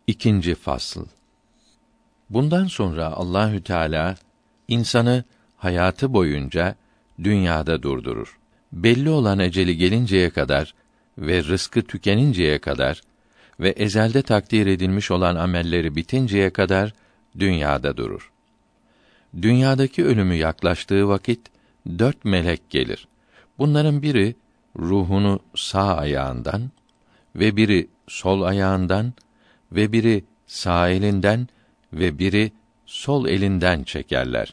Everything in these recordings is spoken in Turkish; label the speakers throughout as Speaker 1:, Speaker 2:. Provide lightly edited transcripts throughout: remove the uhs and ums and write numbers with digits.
Speaker 1: İkinci fasıl. Bundan sonra Allahü Teala insanı hayatı boyunca dünyada durdurur. Belli olan eceli gelinceye kadar ve rızkı tükeninceye kadar ve ezelde takdir edilmiş olan amelleri bitinceye kadar dünyada durur. Dünyadaki ölümü yaklaştığı vakit 4 melek gelir. Bunların biri ruhunu sağ ayağından ve biri sol ayağından ve biri sağ elinden ve biri sol elinden çekerler.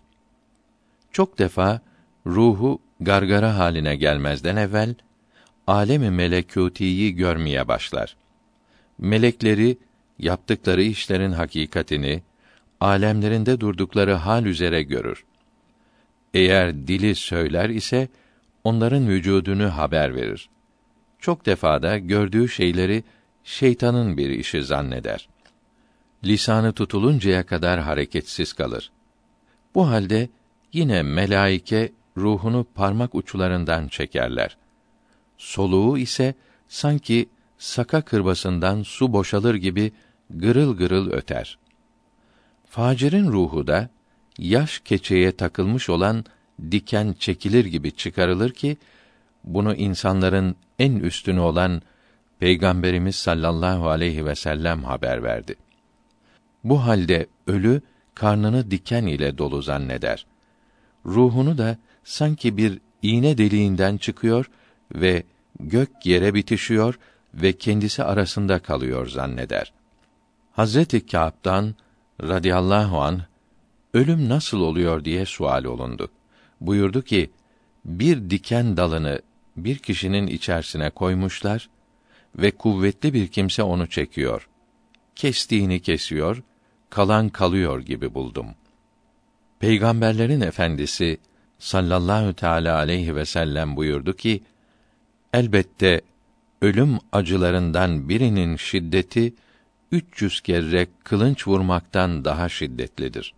Speaker 1: Çok defa ruhu gargara haline gelmezden evvel alem-i melekûtiyi görmeye başlar. Melekleri yaptıkları işlerin hakikatini âlemlerinde durdukları hal üzere görür. Eğer dili söyler ise onların vücudunu haber verir. Çok defada gördüğü şeyleri şeytanın bir işi zanneder. Lisanı tutuluncaya kadar hareketsiz kalır. Bu halde yine melaike ruhunu parmak uçlarından çekerler. Soluğu ise sanki saka kırbasından su boşalır gibi gırıl gırıl öter. Facirin ruhu da yaş keçeye takılmış olan diken çekilir gibi çıkarılır ki bunu insanların en üstünü olan Peygamberimiz sallallahu aleyhi ve sellem haber verdi. Bu halde ölü karnını diken ile dolu zanneder. Ruhunu da sanki bir iğne deliğinden çıkıyor ve gök yere bitişiyor ve kendisi arasında kalıyor zanneder. Hazreti Kâb'dan radıyallahu anh ölüm nasıl oluyor diye sual olundu. Buyurdu ki, bir diken dalını bir kişinin içerisine koymuşlar ve kuvvetli bir kimse onu çekiyor. Kestiğini kesiyor, kalan kalıyor gibi buldum. Peygamberlerin efendisi sallallahu teâlâ aleyhi ve sellem buyurdu ki, elbette ölüm acılarından birinin şiddeti 300 kere kılınç vurmaktan daha şiddetlidir.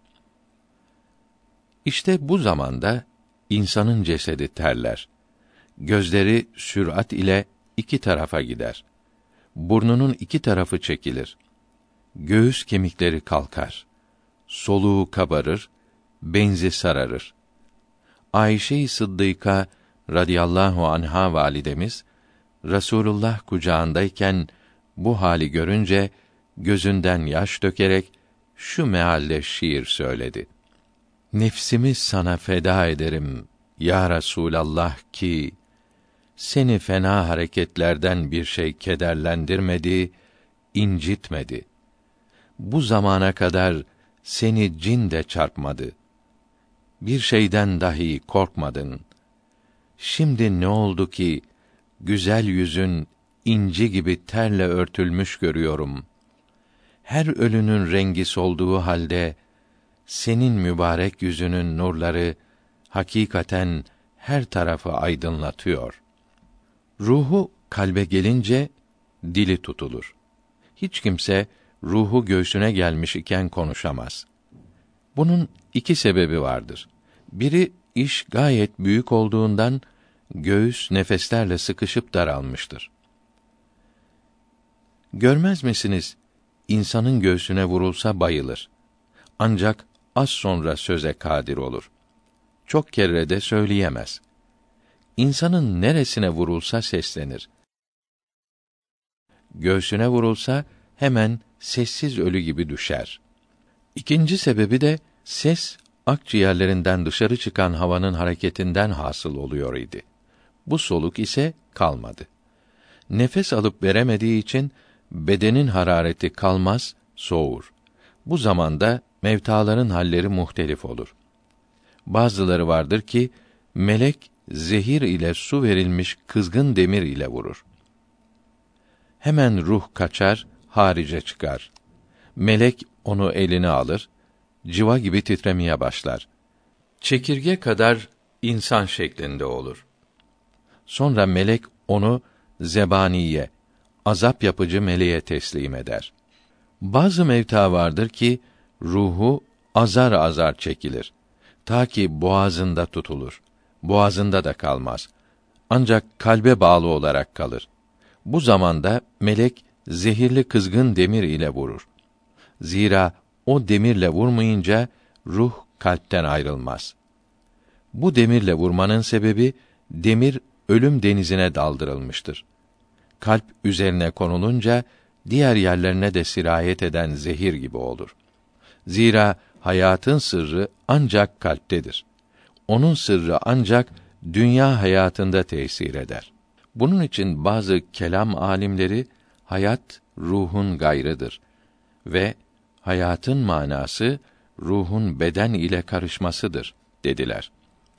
Speaker 1: İşte bu zamanda insanın cesedi terler. Gözleri sürat ile iki tarafa gider. Burnunun iki tarafı çekilir. Göğüs kemikleri kalkar. Soluğu kabarır, benzi sararır. Ayşe-i Sıddıka radıyallahu anha validemiz Resulullah kucağındayken bu hali görünce gözünden yaş dökerek şu mealde şiir söyledi. Nefsimi sana feda ederim ya Resulallah ki seni fena hareketlerden bir şey kederlendirmedi, incitmedi. Bu zamana kadar seni cin de çarpmadı. Bir şeyden dahi korkmadın. Şimdi ne oldu ki güzel yüzün inci gibi terle örtülmüş görüyorum. Her ölünün rengi solduğu halde senin mübarek yüzünün nurları hakikaten her tarafı aydınlatıyor. Ruhu kalbe gelince dili tutulur. Hiç kimse ruhu göğsüne gelmiş iken konuşamaz. Bunun iki sebebi vardır. Biri iş gayet büyük olduğundan göğüs nefeslerle sıkışıp daralmıştır. Görmez misiniz? İnsanın göğsüne vurulsa bayılır. Ancak az sonra söze kadir olur. Çok kere de söyleyemez. İnsanın neresine vurulsa seslenir. Göğsüne vurulsa hemen sessiz ölü gibi düşer. İkinci sebebi de ses akciğerlerinden dışarı çıkan havanın hareketinden hasıl oluyor idi. Bu soluk ise kalmadı. Nefes alıp veremediği için bedenin harareti kalmaz, soğur. Bu zamanda mevtaların halleri muhtelif olur. Bazıları vardır ki melek zehir ile su verilmiş kızgın demir ile vurur. Hemen ruh kaçar, harice çıkar. Melek onu eline alır, civa gibi titremeye başlar. Çekirge kadar insan şeklinde olur. Sonra melek onu zebaniye, azap yapıcı meleğe teslim eder. Bazı mevta vardır ki ruhu azar azar çekilir. Ta ki boğazında tutulur. Boğazında da kalmaz. Ancak kalbe bağlı olarak kalır. Bu zamanda melek zehirli kızgın demir ile vurur. Zira o demirle vurmayınca ruh kalpten ayrılmaz. Bu demirle vurmanın sebebi demir ölüm denizine daldırılmıştır. Kalp üzerine konulunca diğer yerlerine de sirayet eden zehir gibi olur. Zira hayatın sırrı ancak kalptedir. Onun sırrı ancak dünya hayatında tesir eder. Bunun için bazı kelam alimleri hayat ruhun gayrıdır ve hayatın manası ruhun beden ile karışmasıdır dediler.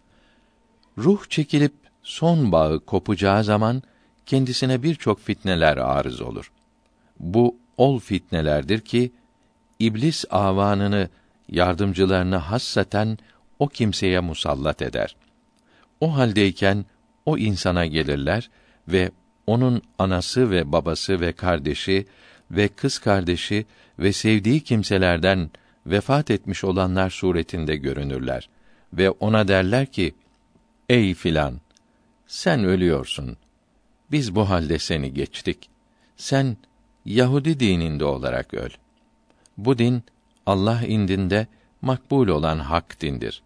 Speaker 1: Ruh çekilip son bağı kopacağı zaman kendisine birçok fitneler arız olur. Bu ol fitnelerdir ki İblis avanını, yardımcılarını hassaten o kimseye musallat eder. O haldeyken o insana gelirler ve onun anası ve babası ve kardeşi ve kız kardeşi ve sevdiği kimselerden vefat etmiş olanlar suretinde görünürler ve ona derler ki: Ey filan, sen ölüyorsun. Biz bu halde seni geçtik. Sen Yahudi dininde olarak öl. Bu din Allah indinde makbul olan hak dindir.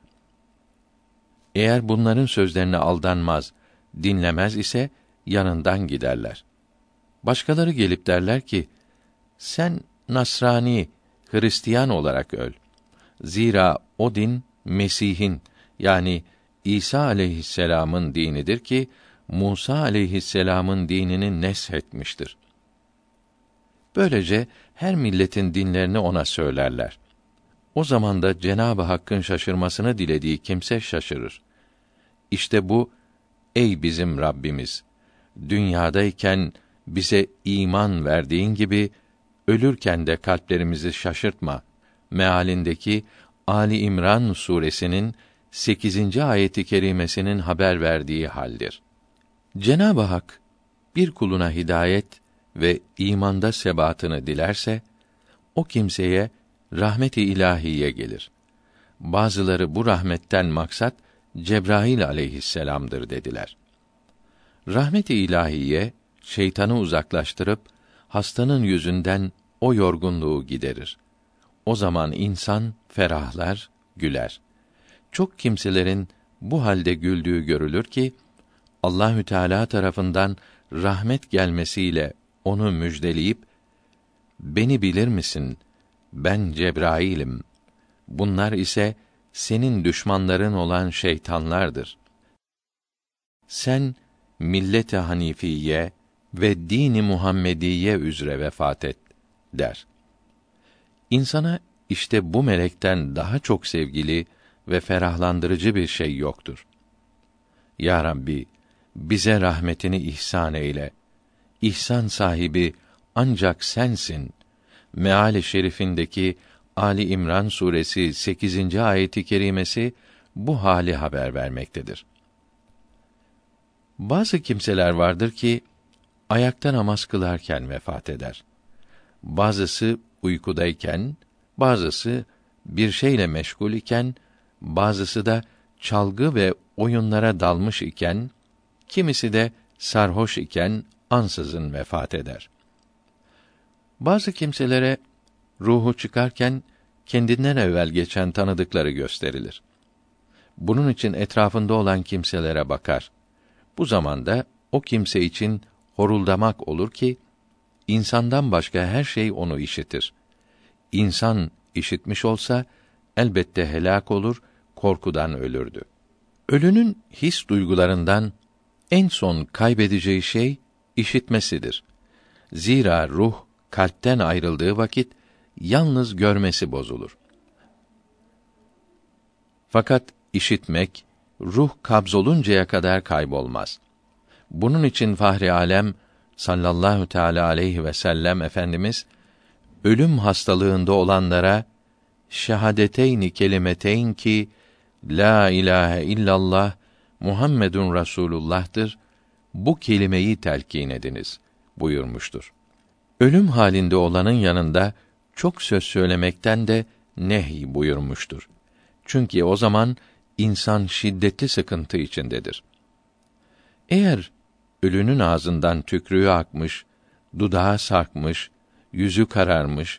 Speaker 1: Eğer bunların sözlerine aldanmaz, dinlemez ise yanından giderler. Başkaları gelip derler ki: Sen Nasrani, Hristiyan olarak öl. Zira o din Mesih'in, yani İsa aleyhisselam'ın dinidir ki Musa aleyhisselam'ın dinini neshetmiştir. Böylece her milletin dinlerini ona söylerler. O zaman da Cenab-ı Hakk'ın şaşırmasını dilediği kimse şaşırır. İşte bu, ey bizim Rabbimiz, dünyadayken bize iman verdiğin gibi ölürken de kalplerimizi şaşırtma mealindeki Ali İmran suresinin 8. ayeti kerimesinin haber verdiği haldir. Cenab-ı Hak bir kuluna hidayet ve imanda sebatını dilerse o kimseye rahmet-i ilahiye gelir. Bazıları bu rahmetten maksat Cebrail aleyhisselam'dır dediler. Rahmet-i ilahiye şeytanı uzaklaştırıp hastanın yüzünden o yorgunluğu giderir. O zaman insan ferahlar, güler. Çok kimselerin bu halde güldüğü görülür ki Allahü Teala tarafından rahmet gelmesiyle onu müjdeleyip, beni bilir misin? Ben Cebrail'im. Bunlar ise senin düşmanların olan şeytanlardır. Sen millet-i hanifiye ve din-i Muhammediye üzere vefat et der. İnsana işte bu melekten daha çok sevgili ve ferahlandırıcı bir şey yoktur. Ya Rabbi, bize rahmetini ihsan eyle. İhsan sahibi ancak sensin. Meali şerifindeki Ali İmran suresi 8. ayeti kerimesi bu hali haber vermektedir. Bazı kimseler vardır ki ayakta namaz kılarken vefat eder. Bazısı uykudayken, bazısı bir şeyle meşgul iken, bazısı da çalgı ve oyunlara dalmış iken, kimisi de sarhoş iken ansızın vefat eder. Bazı kimselere ruhu çıkarken kendinden evvel geçen tanıdıkları gösterilir. Bunun için etrafında olan kimselere bakar. Bu zamanda o kimse için horuldamak olur ki insandan başka her şey onu işitir. İnsan işitmiş olsa elbette helak olur, korkudan ölürdü. Ölünün his duygularından en son kaybedeceği şey işitmesidir. Zira ruh kalpten ayrıldığı vakit yalnız görmesi bozulur. Fakat işitmek ruh kabzoluncaya kadar kaybolmaz. Bunun için Fahri Alem sallallahu teala aleyhi ve sellem efendimiz ölüm hastalığında olanlara şehadeteyni kelimeteyn ki la ilahe illallah Muhammedun Rasulullah'tır. Bu kelimeyi telkin ediniz buyurmuştur. Ölüm halinde olanın yanında çok söz söylemekten de nehy buyurmuştur. Çünkü o zaman insan şiddetli sıkıntı içindedir. Eğer ölünün ağzından tükrüğü akmış, dudağı sarkmış, yüzü kararmış,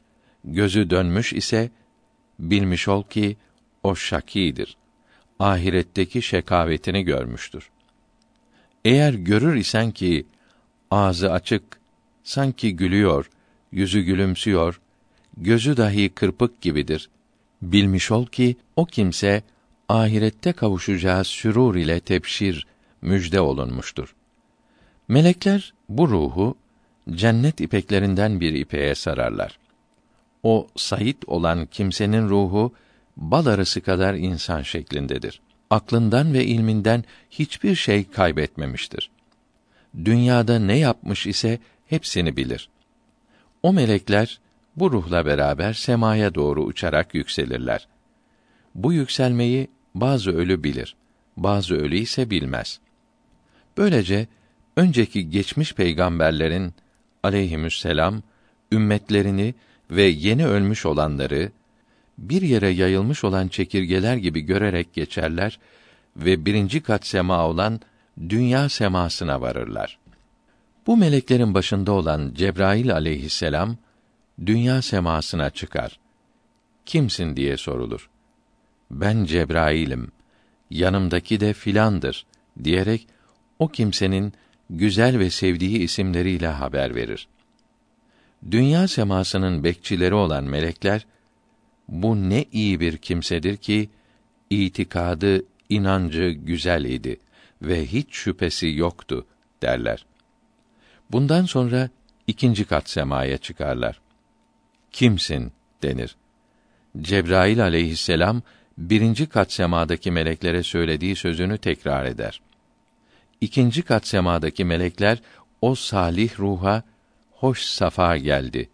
Speaker 1: gözü dönmüş ise bilmiş ol ki o şakîdir. Ahiretteki şekavetini görmüştür. Eğer görür isen ki ağzı açık, sanki gülüyor, yüzü gülümsüyor, gözü dahi kırpık gibidir. Bilmiş ol ki o kimse ahirette kavuşacağı sürur ile tebşir, müjde olunmuştur. Melekler bu ruhu cennet ipeklerinden bir ipeğe sararlar. O sayit olan kimsenin ruhu bal arısı kadar insan şeklindedir. Aklından ve ilminden hiçbir şey kaybetmemiştir. Dünyada ne yapmış ise hepsini bilir. O melekler bu ruhla beraber semaya doğru uçarak yükselirler. Bu yükselmeyi bazı ölü bilir, bazı ölü ise bilmez. Böylece önceki geçmiş peygamberlerin aleyhisselam ümmetlerini ve yeni ölmüş olanları bir yere yayılmış olan çekirgeler gibi görerek geçerler ve birinci kat sema olan dünya semasına varırlar. Bu meleklerin başında olan Cebrail aleyhisselam dünya semasına çıkar. Kimsin diye sorulur. Ben Cebrail'im, yanımdaki de filandır diyerek o kimsenin güzel ve sevdiği isimleriyle haber verir. Dünya semasının bekçileri olan melekler, bu ne iyi bir kimsedir ki itikadı, inancı güzel idi ve hiç şüphesi yoktu derler. Bundan sonra ikinci kat semaya çıkarlar. Kimsin denir. Cebrail aleyhisselam birinci kat semadaki meleklere söylediği sözünü tekrar eder. İkinci kat semadaki melekler o salih ruha hoş safa geldi.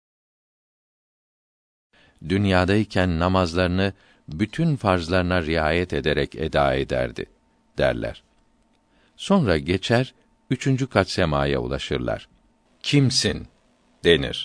Speaker 1: Dünyadayken namazlarını bütün farzlarına riayet ederek eda ederdi derler. Sonra geçer üçüncü kat semaya ulaşırlar. Kimsin denir.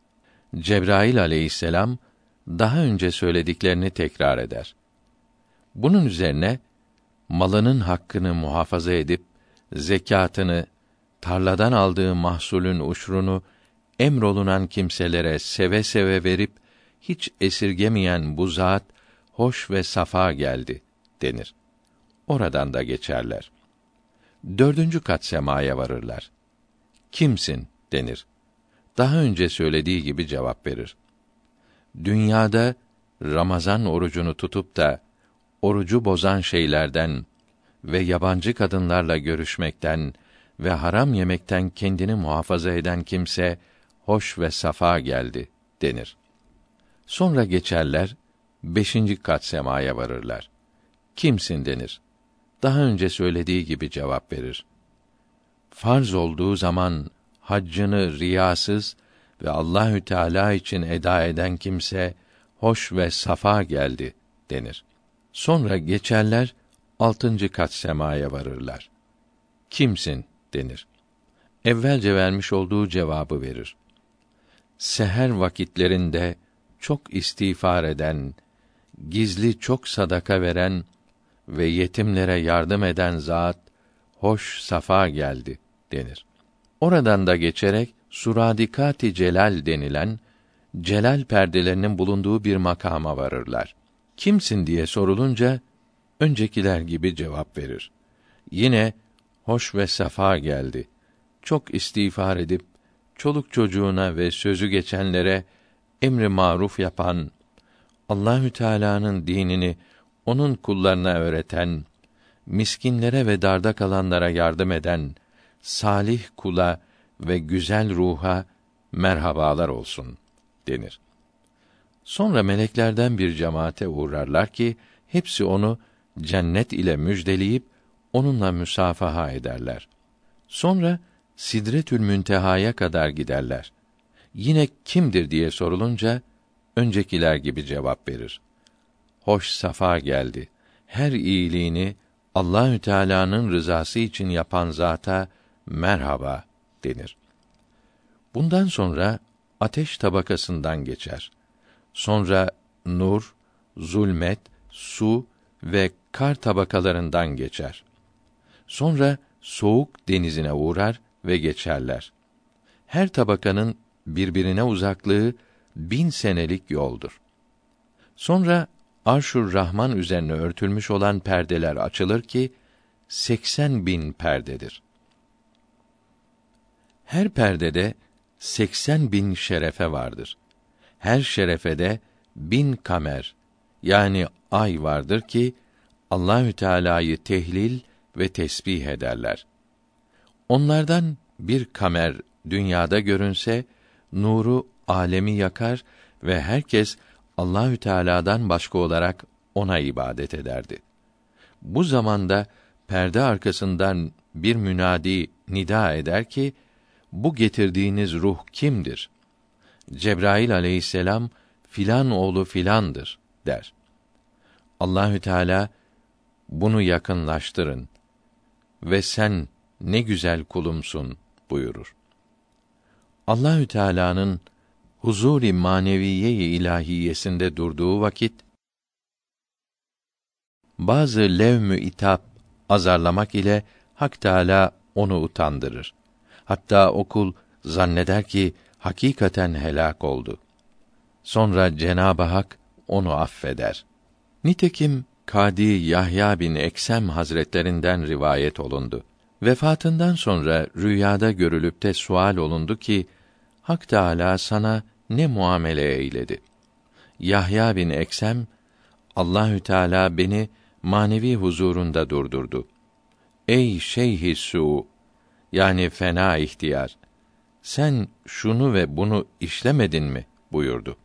Speaker 1: Cebrail aleyhisselam daha önce söylediklerini tekrar eder. Bunun üzerine malının hakkını muhafaza edip zekâtını, tarladan aldığı mahsulün uşrunu emrolunan kimselere seve seve verip hiç esirgemeyen bu zat hoş ve safa geldi denir. Oradan da geçerler. Dördüncü kat semaya varırlar. Kimsin denir. Daha önce söylediği gibi cevap verir. Dünyada Ramazan orucunu tutup da orucu bozan şeylerden ve yabancı kadınlarla görüşmekten ve haram yemekten kendini muhafaza eden kimse hoş ve safa geldi denir. Sonra geçerler, beşinci kat semaya varırlar. Kimsin denir. Daha önce söylediği gibi cevap verir. Farz olduğu zaman haccını riyasız ve Allahü Teala için eda eden kimse hoş ve safa geldi denir. Sonra geçerler, altıncı kat semaya varırlar. Kimsin denir. Evvelce vermiş olduğu cevabı verir. Seher vakitlerinde çok istiğfar eden, gizli çok sadaka veren ve yetimlere yardım eden zat hoş safa geldi denir. Oradan da geçerek Suradikât-i Celal denilen celal perdelerinin bulunduğu bir makama varırlar. Kimsin diye sorulunca öncekiler gibi cevap verir. Yine hoş ve safa geldi. Çok istiğfar edip çoluk çocuğuna ve sözü geçenlere emri maruf yapan, Allahü Teala'nın dinini onun kullarına öğreten, miskinlere ve darda kalanlara yardım eden salih kula ve güzel ruha merhabalar olsun denir. Sonra meleklerden bir cemaate uğrarlar ki hepsi onu cennet ile müjdeleyip onunla müsafaha ederler. Sonra Sidretül Münteha'ya kadar giderler. Yine kimdir diye sorulunca öncekiler gibi cevap verir. Hoş safa geldi. Her iyiliğini Allahü Teala'nın rızası için yapan zata merhaba denir. Bundan sonra ateş tabakasından geçer. Sonra nur, zulmet, su ve kar tabakalarından geçer. Sonra soğuk denizine uğrar ve geçerler. Her tabakanın birbirine uzaklığı 1000 senelik yoldur. Sonra Arş-ı Rahman üzerine örtülmüş olan perdeler açılır ki 80.000 perdedir. Her perdede 80.000 şerefe vardır. Her şerefede 1000 kamer yani ay vardır ki Allahü Teala'yı tehlil ve tesbih ederler. Onlardan bir kamer dünyada görünse nuru alemi yakar ve herkes Allahü Teala'dan başka olarak ona ibadet ederdi. Bu zamanda perde arkasından bir münadi nida eder ki bu getirdiğiniz ruh kimdir? Cebrail aleyhisselam filan oğlu filandır der. Allahü Teala bunu yakınlaştırın ve sen ne güzel kulumsun buyurur. Allahü Teala'nın huzur-i maneviye-i ilahiyesinde durduğu vakit bazı levm-ü itap azarlamak ile Hak Teâlâ onu utandırır. Hatta o kul zanneder ki hakikaten helak oldu. Sonra Cenab-ı Hak onu affeder. Nitekim Kâdi Yahya bin Eksem Hazretlerinden rivayet olundu. Vefatından sonra rüyada görülüp de sual olundu ki Hak Teâlâ sana ne muamele eyledi? Yahya bin Eksem, Allahü Teâlâ beni manevi huzurunda durdurdu. Ey şeyh-i sû, yani fena ihtiyar, sen şunu ve bunu işlemedin mi buyurdu.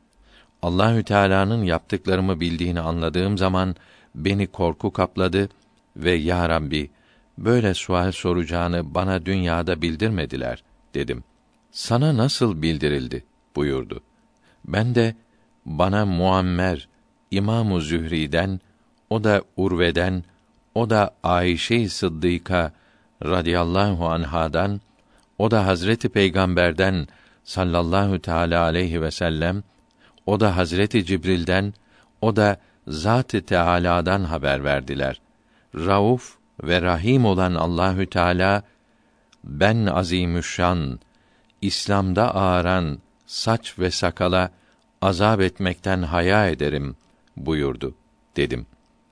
Speaker 1: Allahü Teala'nın yaptıklarımı bildiğini anladığım zaman beni korku kapladı ve ya Rabbi, böyle sual soracağını bana dünyada bildirmediler dedim. Sana nasıl bildirildi buyurdu. Ben de bana Muammer İmam-ı Zühri'den, o da Urve'den, o da Ayşe-i Sıddıka radıyallahu anhadan, o da Hazreti Peygamber'den sallallahu teâlâ aleyhi ve sellem, o da Hazreti Cibril'den, o da Zat-ı Teâlâ'dan haber verdiler. Rauf ve Rahim olan Allahü Teâlâ, ben azîmüşşan, İslam'da ağaran saç ve sakala azap etmekten haya ederim buyurdu dedim.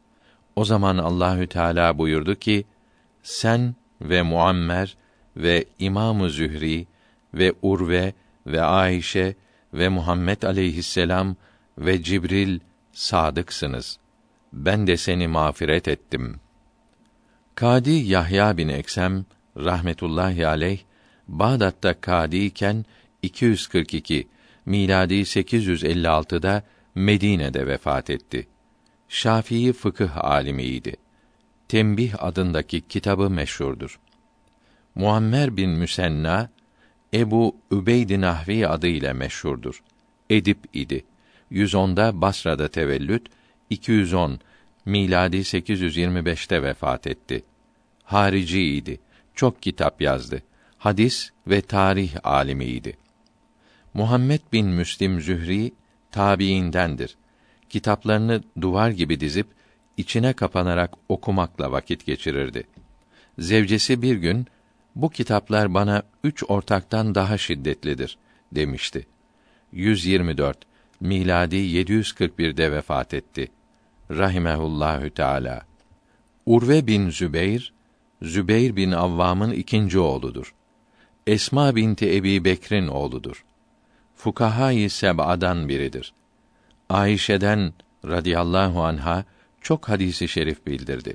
Speaker 1: O zaman Allahü Teala buyurdu ki sen ve Muammer ve İmam-ı Zühri ve Urve ve Ayşe ve Muhammed aleyhisselam ve Cibril sadıksınız. Ben de seni mağfiret ettim. Kâdi Yahya bin Eksem rahmetullahi aleyh Bağdat'ta kâdiyken 242 miladi 856'da Medine'de vefat etti. Şafii fıkıh alimiydi. Tembih adındaki kitabı meşhurdur. Muammer bin Müsenna Ebu Übeyd-i Nahvi adıyla meşhurdur. Edip idi. 110'da Basra'da tevellüt, 210 miladi 825'te vefat etti. Hariciydi. Çok kitap yazdı. Hadis ve tarih alimiydi. Muhammed bin Müslim Zühri tabiindendir. Kitaplarını duvar gibi dizip içine kapanarak okumakla vakit geçirirdi. Zevcesi bir gün bu kitaplar bana 3 ortaktan daha şiddetlidir demişti. 124 miladi 741'de vefat etti. Rahimehullahü Teala. Urve bin Zübeyr, Zübeyr bin Avvam'ın ikinci oğludur. Esma binti Ebi Bekr'in oğludur. Fukahâ-i seb'adan biridir. Ayşe'den radıyallahu anha çok hadisi şerif bildirdi.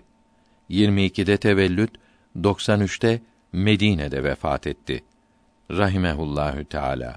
Speaker 1: 22'de tevellüt, 93'te Medine'de vefat etti. Rahimehullahü Teala.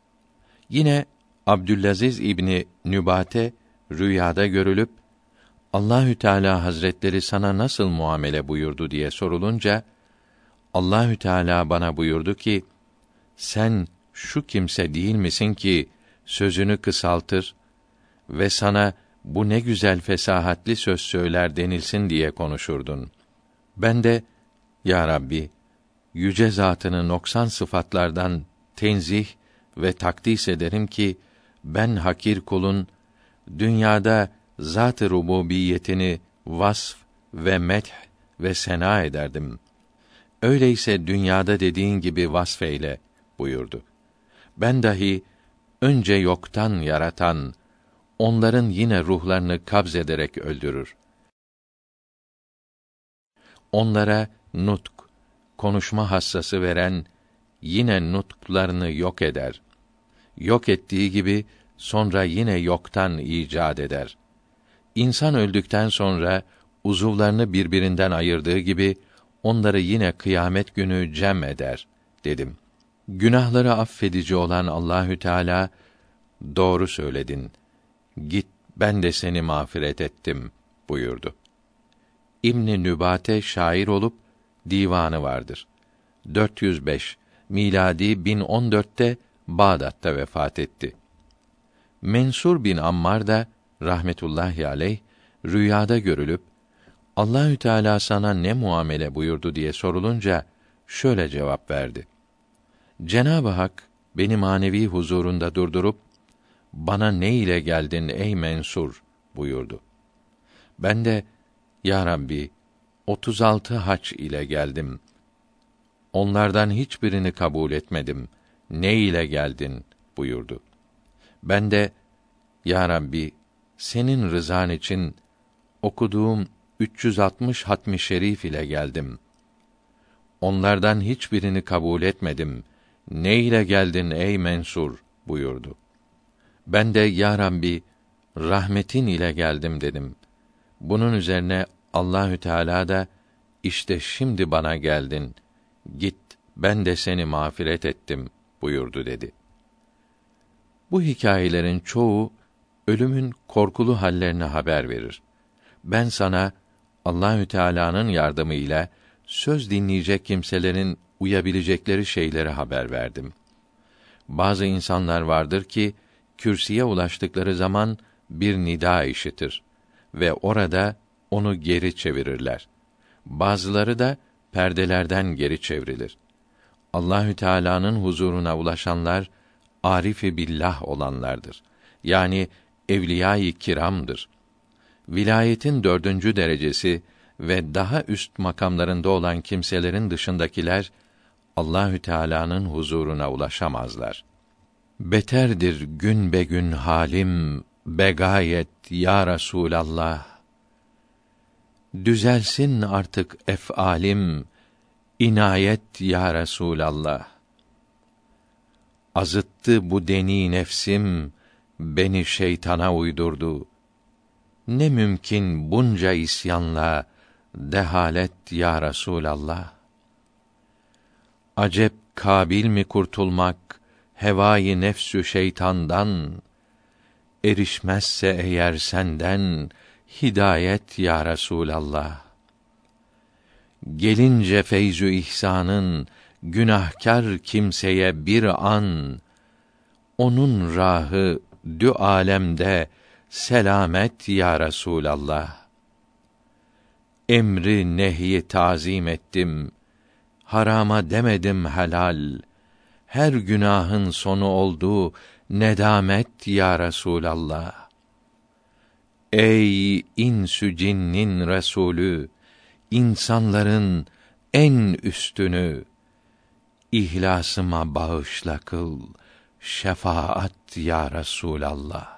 Speaker 1: Yine Abdülaziz İbni Nübate rüyada görülüp Allahü Teala Hazretleri sana nasıl muamele buyurdu diye sorulunca Allahü Teala bana buyurdu ki sen şu kimse değil misin ki sözünü kısaltır ve sana bu ne güzel fesahatli söz söyler denilsin diye konuşurdun. Ben de ya Rabbi yüce zatını noksan sıfatlardan tenzih ve takdis ederim ki ben hakir kulun dünyada zat-ı rububiyetini vasf ve medh ve sena ederdim. Öyleyse dünyada dediğin gibi vasfeyle buyurdu. Ben dahi önce yoktan yaratan, onların yine ruhlarını kabz ederek öldürür. Onlara nutk, konuşma hassası veren, yine nutklarını yok eder. Yok ettiği gibi, sonra yine yoktan icat eder. İnsan öldükten sonra, uzuvlarını birbirinden ayırdığı gibi, onları yine kıyamet günü cem eder, dedim. Günahları affedici olan Allahü Teala, doğru söyledin. Git, ben de seni mağfiret ettim, buyurdu. İbn Nübate şair olup divanı vardır. 405 miladi 1014'te Bağdat'ta vefat etti. Mensur bin Ammar da rahmetullahi aleyh rüyada görülüp Allahü Teala sana ne muamele buyurdu diye sorulunca şöyle cevap verdi. Cenab-ı Hak beni manevi huzurunda durdurup bana ne ile geldin ey Mensur buyurdu. Ben de ya Rabbi 36 hac ile geldim. Onlardan hiçbirini kabul etmedim. Ne ile geldin buyurdu. Ben de ya Rabbi senin rızan için okuduğum 360 hatmi şerif ile geldim. Onlardan hiçbirini kabul etmedim. Ne ile geldin ey Mensur buyurdu. Ben de ya Rabbi rahmetin ile geldim dedim. Bunun üzerine Allahü Teala da işte şimdi bana geldin. Git, ben de seni mağfiret ettim buyurdu dedi. Bu hikâyelerin çoğu ölümün korkulu hallerini haber verir. Ben sana Allahü Teala'nın yardımıyla söz dinleyecek kimselerin uyabilecekleri şeyleri haber verdim. Bazı insanlar vardır ki kürsüye ulaştıkları zaman bir nida işitir ve orada onu geri çevirirler. Bazıları da perdelerden geri çevrilir. Allahü Teala'nın huzuruna ulaşanlar arif-i billah olanlardır. Yani evliya-i kiramdır. Vilayetin 4. derecesi ve daha üst makamlarında olan kimselerin dışındakiler Allahü Teala'nın huzuruna ulaşamazlar. Beterdir gün be gün halim begayet ya Resulallah. Düzelsin artık ef'alim inayet ya Resulallah. Azıttı bu deni nefsim beni şeytana uydurdu. Ne mümkün bunca isyanla dehalet ya Resulallah. Acep kabil mi kurtulmak hevâ-i nefsü şeytandan, erişmezse eğer senden hidayet ya Resulallah. Gelince feyzü ihsanın günahkar kimseye bir an, onun rahı dü alemde selamet ya Resulallah. Emri nehyi tazim ettim, harama demedim helal. Her günahın sonu oldu nedamet ya Resulallah. Ey insü cinnin Resulü, insanların en üstünü, ihlasıma bağışla kıl şefaat ya Resulallah.